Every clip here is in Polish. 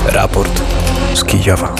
Raport z Kijowa.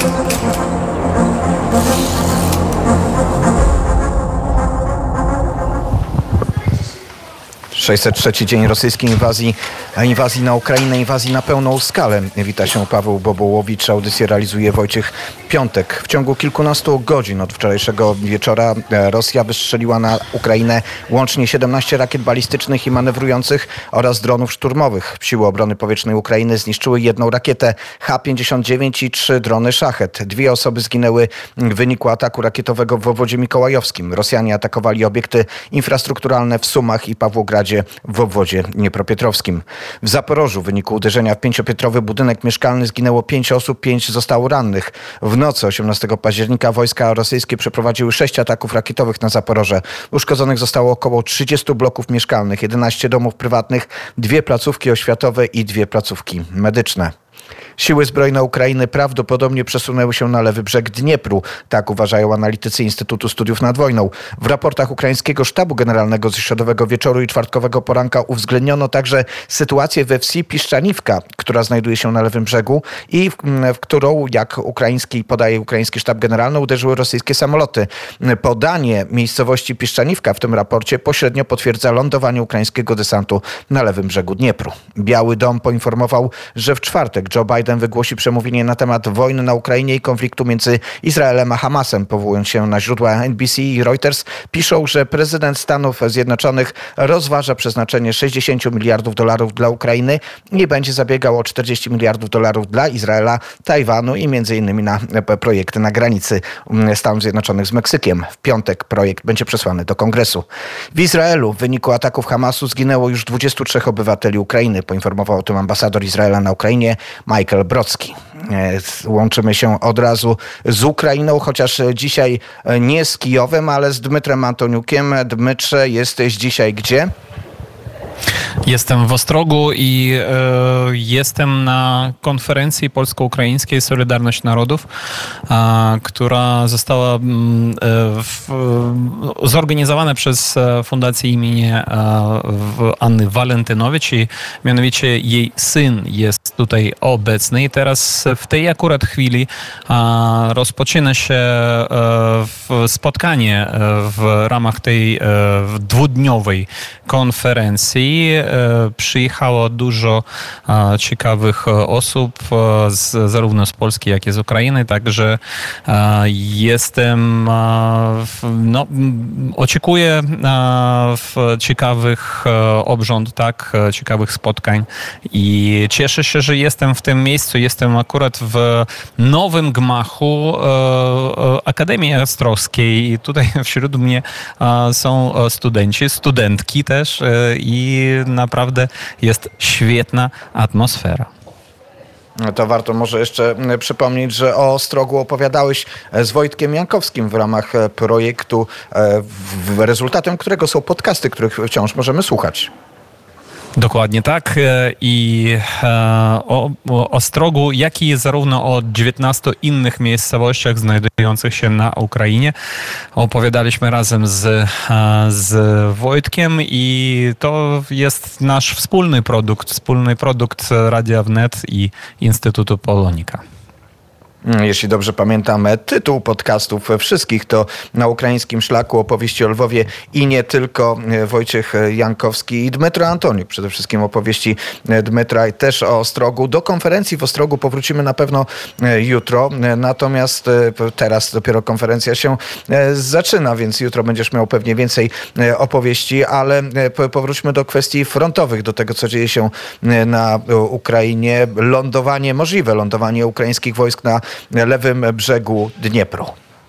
...603 dzień rosyjskiej inwazji na Ukrainę, inwazji na pełną skalę. Wita się Paweł Bobołowicz, audycję realizuje Wojciech Piątek. W ciągu kilkunastu godzin od wczorajszego wieczora Rosja wystrzeliła na Ukrainę łącznie 17 rakiet balistycznych i manewrujących oraz dronów szturmowych. Siły obrony powietrznej Ukrainy zniszczyły jedną rakietę H-59 i 3 drony Szachet. 2 osoby zginęły w wyniku ataku rakietowego w obwodzie mikołajowskim. Rosjanie atakowali obiekty infrastrukturalne w Sumach i Pawłogradzie w obwodzie dniepropietrowskim. W Zaporożu w wyniku uderzenia w 5-piętrowy budynek mieszkalny zginęło 5 osób, 5 zostało rannych. W nocy 18 października wojska rosyjskie przeprowadziły 6 ataków rakietowych na Zaporoże. Uszkodzonych zostało około 30 bloków mieszkalnych, 11 domów prywatnych, 2 placówki oświatowe i 2 placówki medyczne. Siły zbrojne Ukrainy prawdopodobnie przesunęły się na lewy brzeg Dniepru. Tak uważają analitycy Instytutu Studiów nad Wojną. W raportach ukraińskiego sztabu generalnego z środowego wieczoru i czwartkowego poranka uwzględniono także sytuację we wsi Piszczaniwka, która znajduje się na lewym brzegu i w którą, jak podaje ukraiński sztab generalny, uderzyły rosyjskie samoloty. Podanie miejscowości Piszczaniwka w tym raporcie pośrednio potwierdza lądowanie ukraińskiego desantu na lewym brzegu Dniepru. Biały Dom poinformował, że w czwartek Joe Biden wygłosi przemówienie na temat wojny na Ukrainie i konfliktu między Izraelem a Hamasem. Powołując się na źródła NBC i Reuters, piszą, że prezydent Stanów Zjednoczonych rozważa przeznaczenie $60 miliardów dla Ukrainy i będzie zabiegał o $40 miliardów dla Izraela, Tajwanu i m.in. na projekty na granicy Stanów Zjednoczonych z Meksykiem. W piątek projekt będzie przesłany do Kongresu. W Izraelu w wyniku ataków Hamasu zginęło już 23 obywateli Ukrainy. Poinformował o tym ambasador Izraela na Ukrainie Michael Brocki. Łączymy się od razu z Ukrainą, chociaż dzisiaj nie z Kijowem, ale z Dmytrem Antoniukiem. Dmytrze, jesteś dzisiaj gdzie? Jestem w Ostrogu i jestem na konferencji polsko-ukraińskiej Solidarność Narodów, która została zorganizowana przez Fundację imienia Anny Walentynowicz i mianowicie jej syn jest tutaj obecny i teraz w tej akurat chwili rozpoczyna się spotkanie w ramach tej dwudniowej konferencji. Przyjechało dużo ciekawych osób, zarówno z Polski, jak i z Ukrainy, także oczekuję ciekawych obrząd, ciekawych spotkań i cieszę się, że jestem w tym miejscu. Jestem akurat w nowym gmachu Akademii Ostrowskiej i tutaj wśród mnie są studentki też i naprawdę jest świetna atmosfera. To warto może jeszcze przypomnieć, że o Ostrogu opowiadałeś z Wojtkiem Jankowskim w ramach projektu, rezultatem którego są podcasty, których wciąż możemy słuchać. Dokładnie tak. I o Ostrogu, jak i zarówno o 19 innych miejscowościach znajdujących się na Ukrainie opowiadaliśmy razem z Wojtkiem i to jest nasz wspólny produkt Radia Wnet i Instytutu Polonika. Jeśli dobrze pamiętam, tytuł podcastów wszystkich to Na ukraińskim szlaku, opowieści o Lwowie i nie tylko. Wojciech Jankowski i Dmytro Antoniuk. Przede wszystkim opowieści Dmytra też o Ostrogu. Do konferencji w Ostrogu powrócimy na pewno jutro. Natomiast teraz dopiero konferencja się zaczyna, więc jutro będziesz miał pewnie więcej opowieści, ale powróćmy do kwestii frontowych, do tego, co dzieje się na Ukrainie. Możliwe lądowanie ukraińskich wojsk na lewym brzegu Dniepru.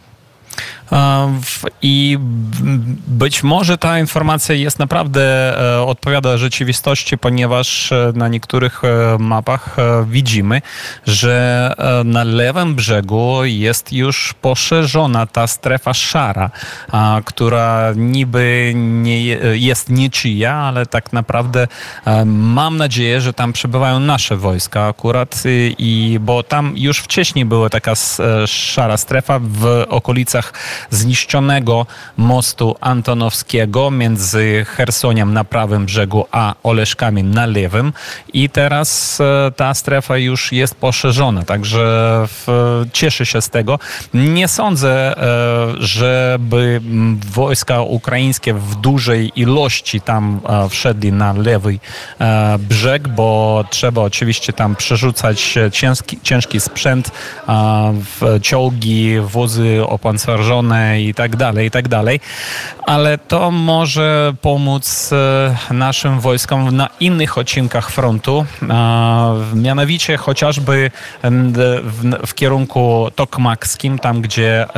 I być może ta informacja jest naprawdę odpowiada rzeczywistości, ponieważ na niektórych mapach widzimy, że na lewym brzegu jest już poszerzona ta strefa szara, która niby nie jest niczyja, ale tak naprawdę mam nadzieję, że tam przebywają nasze wojska akurat, bo tam już wcześniej była taka szara strefa w okolicach zniszczonego mostu antonowskiego między Chersoniem na prawym brzegu a Oleszkami na lewym i teraz ta strefa już jest poszerzona, także cieszę się z tego. Nie sądzę, żeby wojska ukraińskie w dużej ilości tam wszedli na lewy brzeg, bo trzeba oczywiście tam przerzucać ciężki sprzęt, czołgi, wozy opancerzone i tak dalej, ale to może pomóc naszym wojskom na innych odcinkach frontu, mianowicie chociażby w kierunku tokmakskim, tam gdzie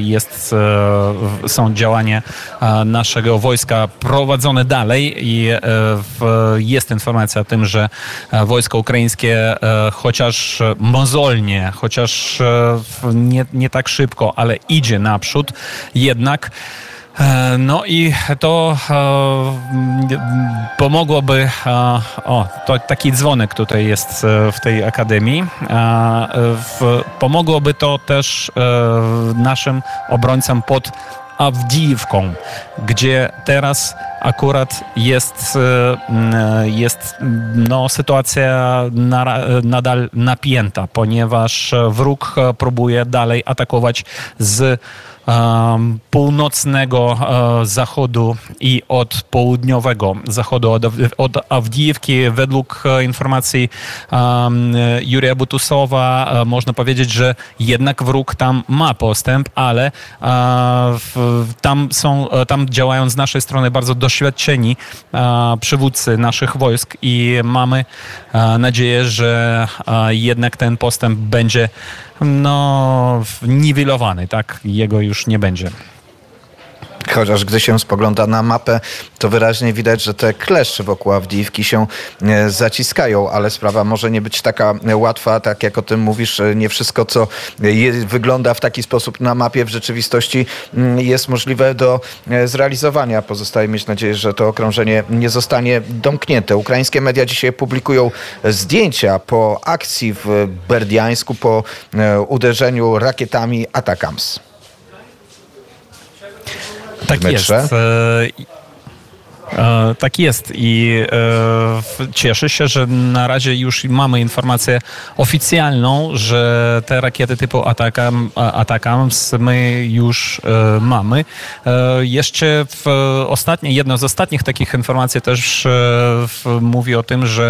są działania naszego wojska prowadzone dalej i jest informacja o tym, że wojsko ukraińskie chociaż mozolnie, chociaż nie tak szybko, ale idzie naprzód, jednak no i to pomogłoby, to taki dzwonek tutaj jest w tej akademii, pomogłoby to też naszym obrońcom pod Awdijiwką, gdzie teraz akurat jest sytuacja nadal napięta, ponieważ wróg próbuje dalej atakować z północnego zachodu i od południowego zachodu, od Awdijivki. Według informacji Jurija Butusowa można powiedzieć, że jednak wróg tam ma postęp, ale tam działają z naszej strony bardzo doświadczeni przywódcy naszych wojsk i mamy nadzieję, że jednak ten postęp będzie niwelowany, tak? Jego już nie będzie. Chociaż gdy się spogląda na mapę, to wyraźnie widać, że te kleszcze wokół Awdijivki się zaciskają, ale sprawa może nie być taka łatwa, tak jak o tym mówisz. Nie wszystko, co wygląda w taki sposób na mapie, w rzeczywistości jest możliwe do zrealizowania. Pozostaje mieć nadzieję, że to okrążenie nie zostanie domknięte. Ukraińskie media dzisiaj publikują zdjęcia po akcji w Berdiańsku, po uderzeniu rakietami Atakams. Tak jest. Tak jest i cieszę się, że na razie już mamy informację oficjalną, że te rakiety typu Atakams my już mamy. Jeszcze jedno z ostatnich takich informacji też mówi o tym, że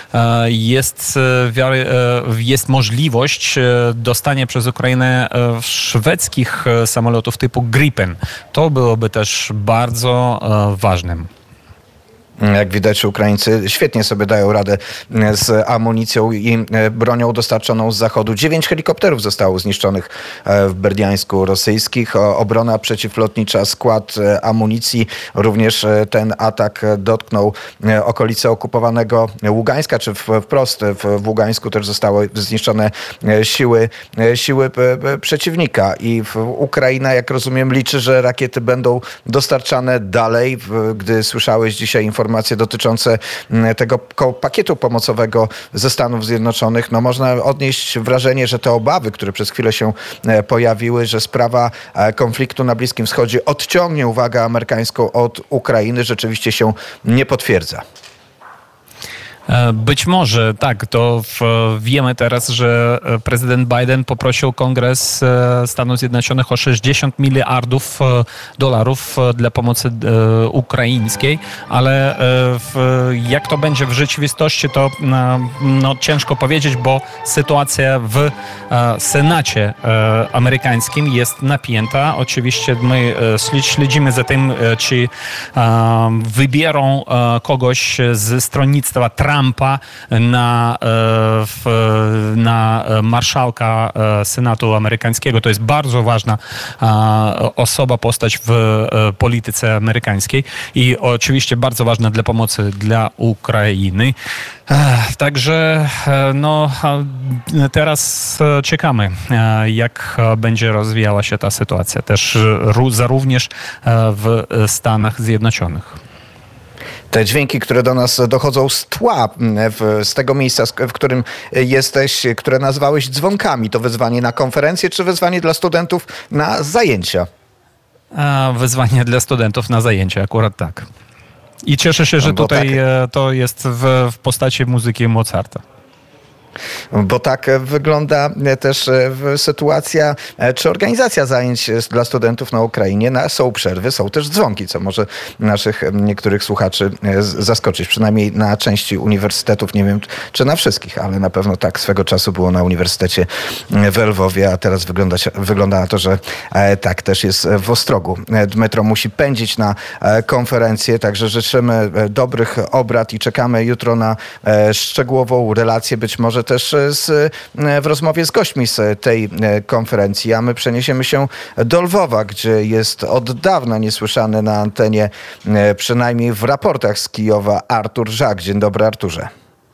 jest możliwość dostania przez Ukrainę szwedzkich samolotów typu Gripen. To byłoby też bardzo ważnym. Jak widać, Ukraińcy świetnie sobie dają radę z amunicją i bronią dostarczoną z zachodu. 9 helikopterów zostało zniszczonych w Berdiańsku rosyjskich. Obrona przeciwlotnicza, skład amunicji. Również ten atak dotknął okolice okupowanego Ługańska, czy wprost w Ługańsku też zostały zniszczone siły przeciwnika. I Ukraina, jak rozumiem, liczy, że rakiety będą dostarczane dalej. Gdy słyszałeś dzisiaj informacje dotyczące tego pakietu pomocowego ze Stanów Zjednoczonych, można odnieść wrażenie, że te obawy, które przez chwilę się pojawiły, że sprawa konfliktu na Bliskim Wschodzie odciągnie uwagę amerykańską od Ukrainy, rzeczywiście się nie potwierdza. Być może, tak. To wiemy teraz, że prezydent Biden poprosił Kongres Stanów Zjednoczonych o $60 miliardów dla pomocy ukraińskiej, ale jak to będzie w rzeczywistości, to ciężko powiedzieć, bo sytuacja w Senacie amerykańskim jest napięta. Oczywiście my śledzimy za tym, czy wybierą kogoś ze stronnictwa Trumpa na marszałka Senatu amerykańskiego. To jest bardzo ważna osoba, postać w polityce amerykańskiej i oczywiście bardzo ważna dla pomocy dla Ukrainy. Także teraz czekamy, jak będzie rozwijała się ta sytuacja też również w Stanach Zjednoczonych. Te dźwięki, które do nas dochodzą z tła, z tego miejsca, w którym jesteś, które nazwałeś dzwonkami, to wezwanie na konferencję, czy wezwanie dla studentów na zajęcia? Wyzwanie dla studentów na zajęcia, akurat tak. I cieszę się, że tutaj to jest w postaci muzyki Mozarta. Bo tak wygląda też sytuacja, czy organizacja zajęć dla studentów na Ukrainie. Są przerwy, są też dzwonki, co może naszych niektórych słuchaczy zaskoczyć. Przynajmniej na części uniwersytetów, nie wiem czy na wszystkich, ale na pewno tak swego czasu było na Uniwersytecie w Lwowie, a teraz wygląda na to, że tak też jest w Ostrogu. Dmytro musi pędzić na konferencję, także życzymy dobrych obrad i czekamy jutro na szczegółową relację, być może też w rozmowie z gośćmi z tej konferencji, a my przeniesiemy się do Lwowa, gdzie jest od dawna niesłyszany na antenie, przynajmniej w raportach z Kijowa, Artur Żak. Dzień dobry, Arturze.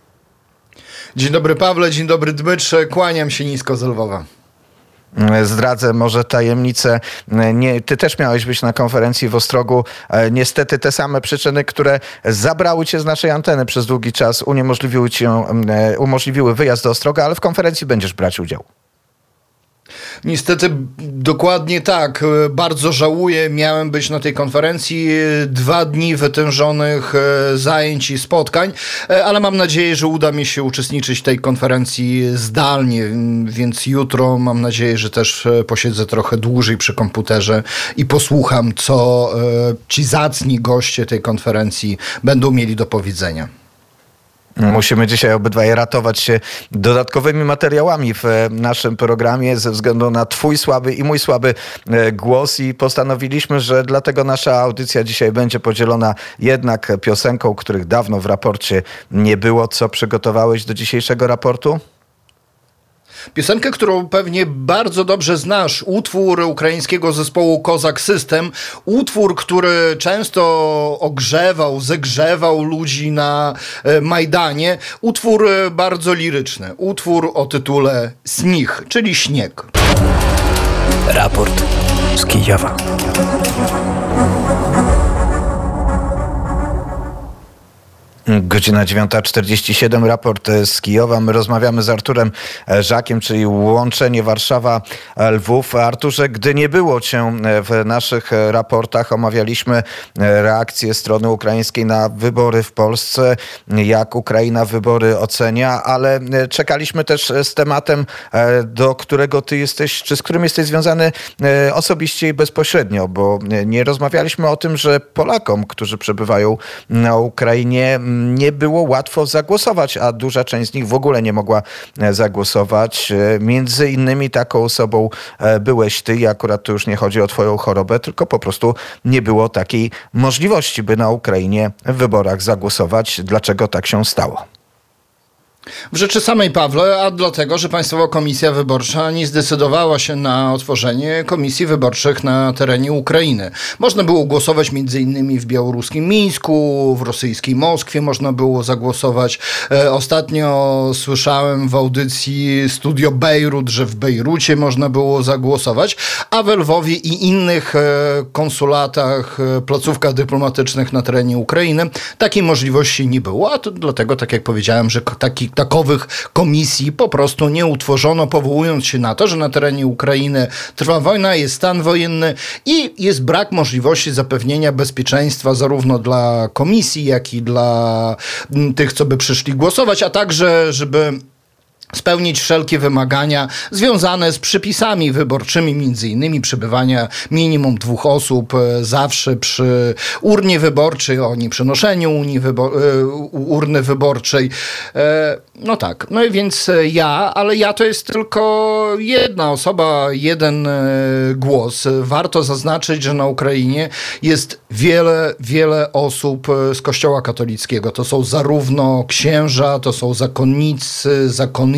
Dzień dobry, Pawle, dzień dobry, Dmytrze, kłaniam się nisko z Lwowa. Zdradzę może tajemnicę. Ty też miałeś być na konferencji w Ostrogu. Niestety te same przyczyny, które zabrały cię z naszej anteny przez długi czas, umożliwiły wyjazd do Ostroga, ale w konferencji będziesz brać udział. Niestety dokładnie tak. Bardzo żałuję. Miałem być na tej konferencji. 2 dni wytężonych zajęć i spotkań, ale mam nadzieję, że uda mi się uczestniczyć w tej konferencji zdalnie, więc jutro mam nadzieję, że też posiedzę trochę dłużej przy komputerze i posłucham, co ci zacni goście tej konferencji będą mieli do powiedzenia. Musimy dzisiaj obydwaj ratować się dodatkowymi materiałami w naszym programie ze względu na twój słaby i mój słaby głos i postanowiliśmy, że dlatego nasza audycja dzisiaj będzie podzielona jednak piosenką, których dawno w raporcie nie było. Co przygotowałeś do dzisiejszego raportu? Piosenkę, którą pewnie bardzo dobrze znasz, utwór ukraińskiego zespołu Kozak System, utwór, który często zegrzewał ludzi na Majdanie, utwór bardzo liryczny, utwór o tytule Snig, czyli śnieg. Raport z Kijowa. Godzina 9:47, raport z Kijowa. My rozmawiamy z Arturem Żakiem, czyli łączenie Warszawa-Lwów. Arturze, gdy nie było cię w naszych raportach, omawialiśmy reakcję strony ukraińskiej na wybory w Polsce, jak Ukraina wybory ocenia, ale czekaliśmy też z tematem, do którego ty jesteś, czy z którym jesteś związany osobiście i bezpośrednio, bo nie rozmawialiśmy o tym, że Polakom, którzy przebywają na Ukrainie, nie było łatwo zagłosować, a duża część z nich w ogóle nie mogła zagłosować. Między innymi taką osobą byłeś ty i akurat tu już nie chodzi o twoją chorobę, tylko po prostu nie było takiej możliwości, by na Ukrainie w wyborach zagłosować. Dlaczego tak się stało? W rzeczy samej, Pawle, a dlatego, że Państwowa Komisja Wyborcza nie zdecydowała się na otworzenie komisji wyborczych na terenie Ukrainy. Można było głosować m.in. w białoruskim Mińsku, w rosyjskiej Moskwie można było zagłosować. Ostatnio słyszałem w audycji Studio Bejrut, że w Bejrucie można było zagłosować, a we Lwowie i innych konsulatach, placówkach dyplomatycznych na terenie Ukrainy takiej możliwości nie było, a to dlatego, tak jak powiedziałem, że takowych komisji po prostu nie utworzono, powołując się na to, że na terenie Ukrainy trwa wojna, jest stan wojenny i jest brak możliwości zapewnienia bezpieczeństwa zarówno dla komisji, jak i dla tych, co by przyszli głosować, a także, żeby spełnić wszelkie wymagania związane z przepisami wyborczymi, między innymi przebywania minimum 2 osób zawsze przy urnie wyborczej, o nieprzenoszeniu urny wyborczej. No tak, no i więc ale ja to jest tylko jedna osoba, jeden głos. Warto zaznaczyć, że na Ukrainie jest wiele osób z Kościoła katolickiego. To są zarówno księża, to są zakonnicy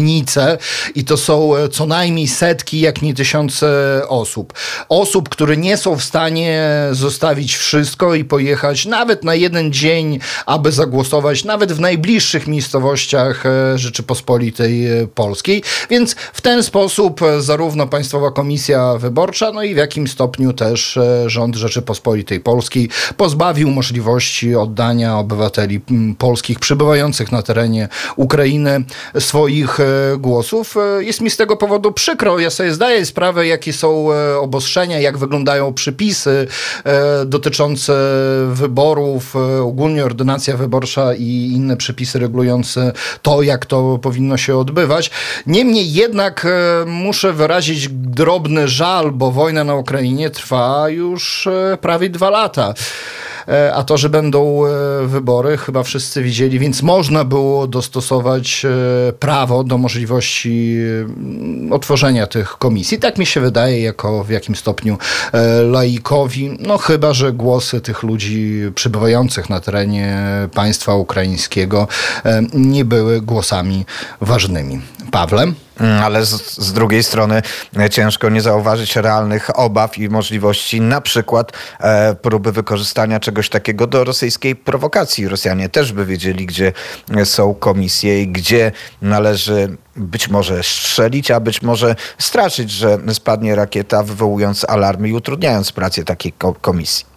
i to są co najmniej setki, jak nie tysiące osób. Osób, które nie są w stanie zostawić wszystko i pojechać nawet na jeden dzień, aby zagłosować, nawet w najbliższych miejscowościach Rzeczypospolitej Polskiej. Więc w ten sposób zarówno Państwowa Komisja Wyborcza, no i w jakim stopniu też rząd Rzeczypospolitej Polskiej pozbawił możliwości oddania obywateli polskich przebywających na terenie Ukrainy swoich głosów. Jest mi z tego powodu przykro. Ja sobie zdaję sprawę, jakie są obostrzenia, jak wyglądają przypisy dotyczące wyborów, ogólnie ordynacja wyborcza i inne przepisy regulujące to, jak to powinno się odbywać. Niemniej jednak muszę wyrazić drobny żal, bo wojna na Ukrainie trwa już prawie 2 lata. A to, że będą wybory, chyba wszyscy widzieli, więc można było dostosować prawo do możliwości otworzenia tych komisji. Tak mi się wydaje, jako w jakim stopniu laikowi, no chyba że głosy tych ludzi przybywających na terenie państwa ukraińskiego nie były głosami ważnymi. Pawle? Ale z drugiej strony ciężko nie zauważyć realnych obaw i możliwości na przykład próby wykorzystania czegoś takiego do rosyjskiej prowokacji. Rosjanie też by wiedzieli, gdzie są komisje i gdzie należy być może strzelić, a być może straszyć, że spadnie rakieta, wywołując alarmy i utrudniając pracę takiej komisji.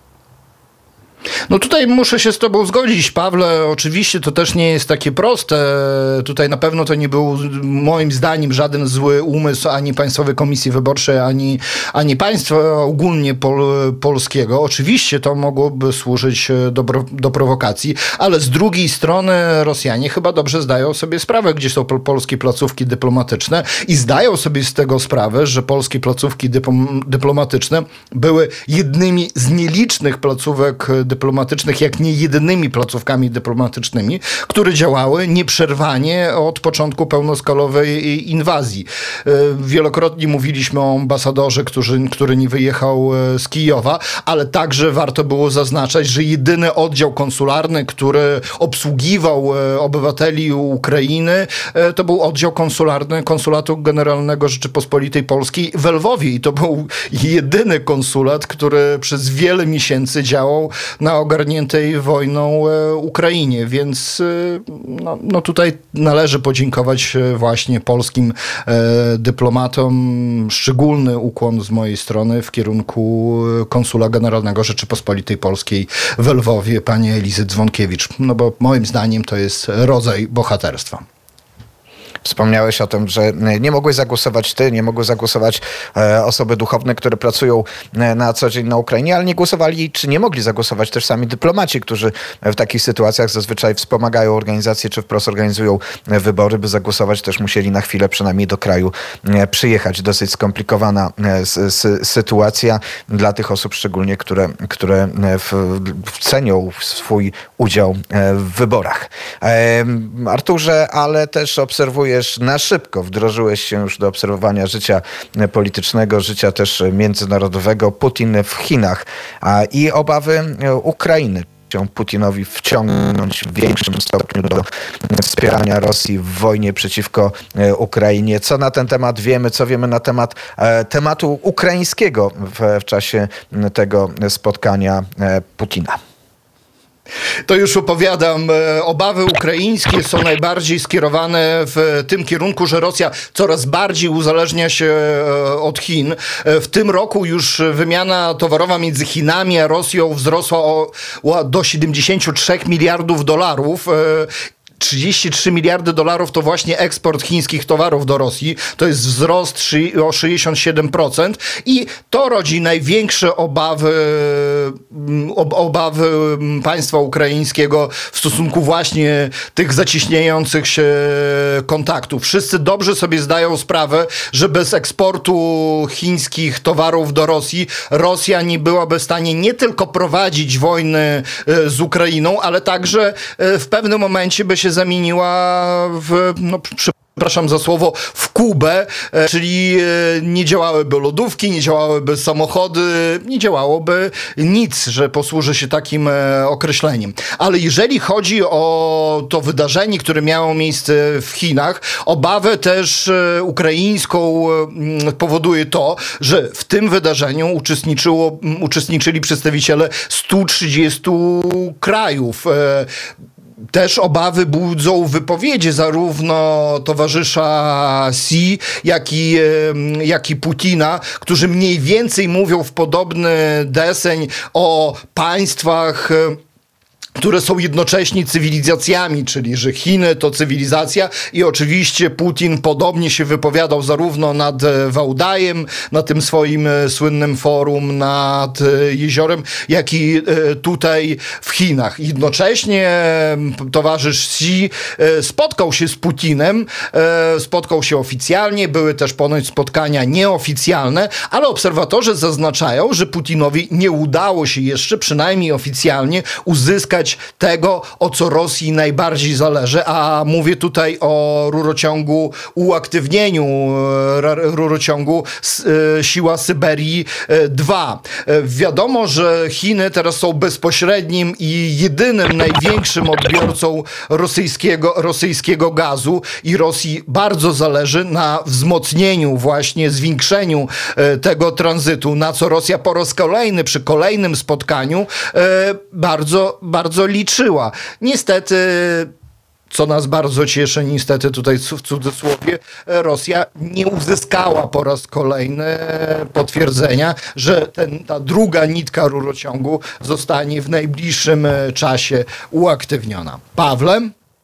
No tutaj muszę się z tobą zgodzić, Pawle. Oczywiście to też nie jest takie proste. Tutaj na pewno to nie był moim zdaniem żaden zły umysł ani Państwowej Komisji Wyborczej, ani państwa ogólnie polskiego. Oczywiście to mogłoby służyć do prowokacji, ale z drugiej strony Rosjanie chyba dobrze zdają sobie sprawę, gdzie są polskie placówki dyplomatyczne i zdają sobie z tego sprawę, że polskie placówki dyplomatyczne były jednymi z nielicznych placówek dyplomatycznych, jak nie jedynymi placówkami dyplomatycznymi, które działały nieprzerwanie od początku pełnoskalowej inwazji. Wielokrotnie mówiliśmy o ambasadorze, który nie wyjechał z Kijowa, ale także warto było zaznaczać, że jedyny oddział konsularny, który obsługiwał obywateli Ukrainy, to był oddział konsularny Konsulatu Generalnego Rzeczypospolitej Polskiej w Lwowie i to był jedyny konsulat, który przez wiele miesięcy działał na ogarniętej wojną Ukrainie, więc no tutaj należy podziękować właśnie polskim dyplomatom. Szczególny ukłon z mojej strony w kierunku Konsula Generalnego Rzeczypospolitej Polskiej w Lwowie, pani Elizy Dzwonkiewicz, no bo moim zdaniem to jest rodzaj bohaterstwa. Wspomniałeś o tym, że nie mogłeś zagłosować ty, nie mogły zagłosować osoby duchowne, które pracują na co dzień na Ukrainie, ale nie głosowali, czy nie mogli zagłosować też sami dyplomaci, którzy w takich sytuacjach zazwyczaj wspomagają organizacje, czy wprost organizują wybory, by zagłosować też musieli na chwilę przynajmniej do kraju przyjechać. Dosyć skomplikowana sytuacja dla tych osób szczególnie, które cenią swój udział w wyborach. Arturze, ale też obserwuję na szybko, wdrożyłeś się już do obserwowania życia politycznego, życia też międzynarodowego. Putin w Chinach i obawy Ukrainy się Putinowi wciągnąć w większym stopniu do wspierania Rosji w wojnie przeciwko Ukrainie. Co na ten temat wiemy? Co wiemy na temat tematu ukraińskiego w czasie tego spotkania Putina? To już opowiadam. Obawy ukraińskie są najbardziej skierowane w tym kierunku, że Rosja coraz bardziej uzależnia się od Chin. W tym roku już wymiana towarowa między Chinami a Rosją wzrosła do 73 miliardów dolarów. 33 miliardy dolarów to właśnie eksport chińskich towarów do Rosji. To jest wzrost o 67% i to rodzi największe obawy państwa ukraińskiego w stosunku właśnie tych zacieśniających się kontaktów. Wszyscy dobrze sobie zdają sprawę, że bez eksportu chińskich towarów do Rosji Rosja nie byłaby w stanie nie tylko prowadzić wojny z Ukrainą, ale także w pewnym momencie by się zamieniła w, przepraszam za słowo, w Kubę, czyli nie działałyby lodówki, nie działałyby samochody, nie działałoby nic, że posłużę się takim określeniem. Ale jeżeli chodzi o to wydarzenie, które miało miejsce w Chinach, obawę też ukraińską powoduje to, że w tym wydarzeniu uczestniczyli przedstawiciele 130 krajów. Też obawy budzą wypowiedzi zarówno towarzysza Xi, jak i Putina, którzy mniej więcej mówią w podobny deseń o państwach które są jednocześnie cywilizacjami, czyli że Chiny to cywilizacja i oczywiście Putin podobnie się wypowiadał zarówno nad Wałdajem, na tym swoim słynnym forum nad jeziorem, jak i tutaj w Chinach. Jednocześnie towarzysz Xi spotkał się z Putinem, spotkał się oficjalnie, były też ponoć spotkania nieoficjalne, ale obserwatorzy zaznaczają, że Putinowi nie udało się jeszcze, przynajmniej oficjalnie, uzyskać tego, o co Rosji najbardziej zależy, a mówię tutaj o rurociągu, uaktywnieniu rurociągu Siła Syberii 2. Wiadomo, że Chiny teraz są bezpośrednim i jedynym największym odbiorcą rosyjskiego gazu i Rosji bardzo zależy na wzmocnieniu, właśnie zwiększeniu tego tranzytu, na co Rosja po raz kolejny, przy kolejnym spotkaniu bardzo liczyła. Niestety, co nas bardzo cieszy, niestety tutaj w cudzysłowie, Rosja nie uzyskała po raz kolejny potwierdzenia, że ta druga nitka rurociągu zostanie w najbliższym czasie uaktywniona. Pawle?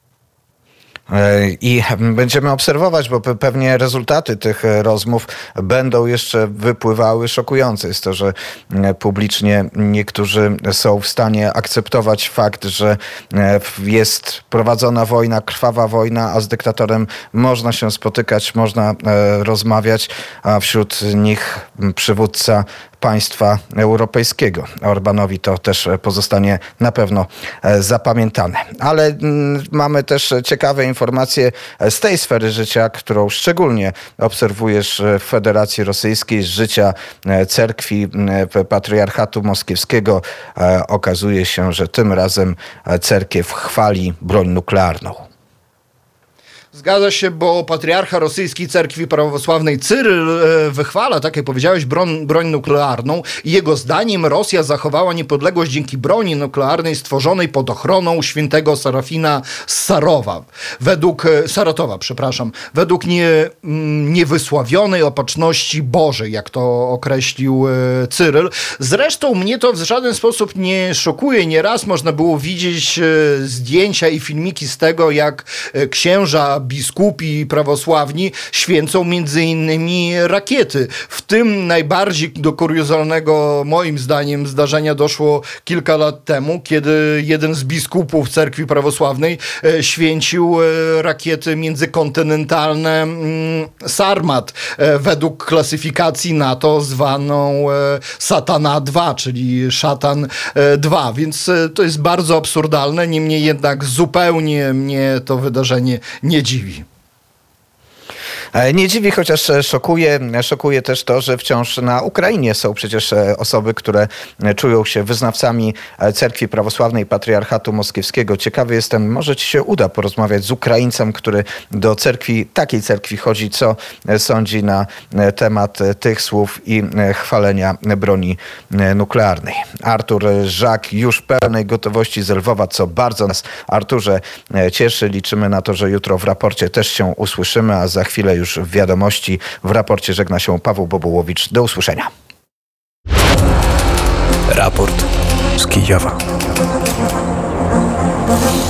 I będziemy obserwować, bo pewnie rezultaty tych rozmów będą jeszcze wypływały. Szokujące jest to, że publicznie niektórzy są w stanie akceptować fakt, że jest prowadzona wojna, krwawa wojna, a z dyktatorem można się spotykać, można rozmawiać, a wśród nich przywódca państwa europejskiego. Orbánowi to też pozostanie na pewno zapamiętane. Ale mamy też ciekawe informacje z tej sfery życia, którą szczególnie obserwujesz w Federacji Rosyjskiej, z życia cerkwi patriarchatu moskiewskiego. Okazuje się, że tym razem cerkiew chwali broń nuklearną. Zgadza się, bo patriarcha rosyjskiej cerkwi prawosławnej Cyryl wychwala, tak jak powiedziałeś, broń nuklearną i jego zdaniem Rosja zachowała niepodległość dzięki broni nuklearnej stworzonej pod ochroną świętego Sarafina z Saratowa, według niewysławionej opatrzności Bożej, jak to określił Cyryl. Zresztą mnie to w żaden sposób nie szokuje. Nieraz można było widzieć zdjęcia i filmiki z tego, jak księża, biskupi prawosławni święcą między innymi rakiety. W tym najbardziej do kuriozalnego moim zdaniem zdarzenia doszło kilka lat temu, kiedy jeden z biskupów cerkwi prawosławnej święcił rakiety międzykontynentalne Sarmat według klasyfikacji NATO zwaną Satana 2, czyli Szatan 2, więc to jest bardzo absurdalne, niemniej jednak zupełnie mnie to wydarzenie nie dziwi. Nie dziwi, chociaż szokuje. Szokuje też to, że wciąż na Ukrainie są przecież osoby, które czują się wyznawcami cerkwi prawosławnej patriarchatu moskiewskiego. Ciekawy jestem, może ci się uda porozmawiać z Ukraińcem, który do takiej cerkwi chodzi, co sądzi na temat tych słów i chwalenia broni nuklearnej. Artur Żak już w pełnej gotowości z Lwowa, co bardzo nas, Arturze, cieszy. Liczymy na to, że jutro w raporcie też się usłyszymy, a za chwilę już w wiadomości. W raporcie żegna się Paweł Bobołowicz. Do usłyszenia. Raport z Kijowa.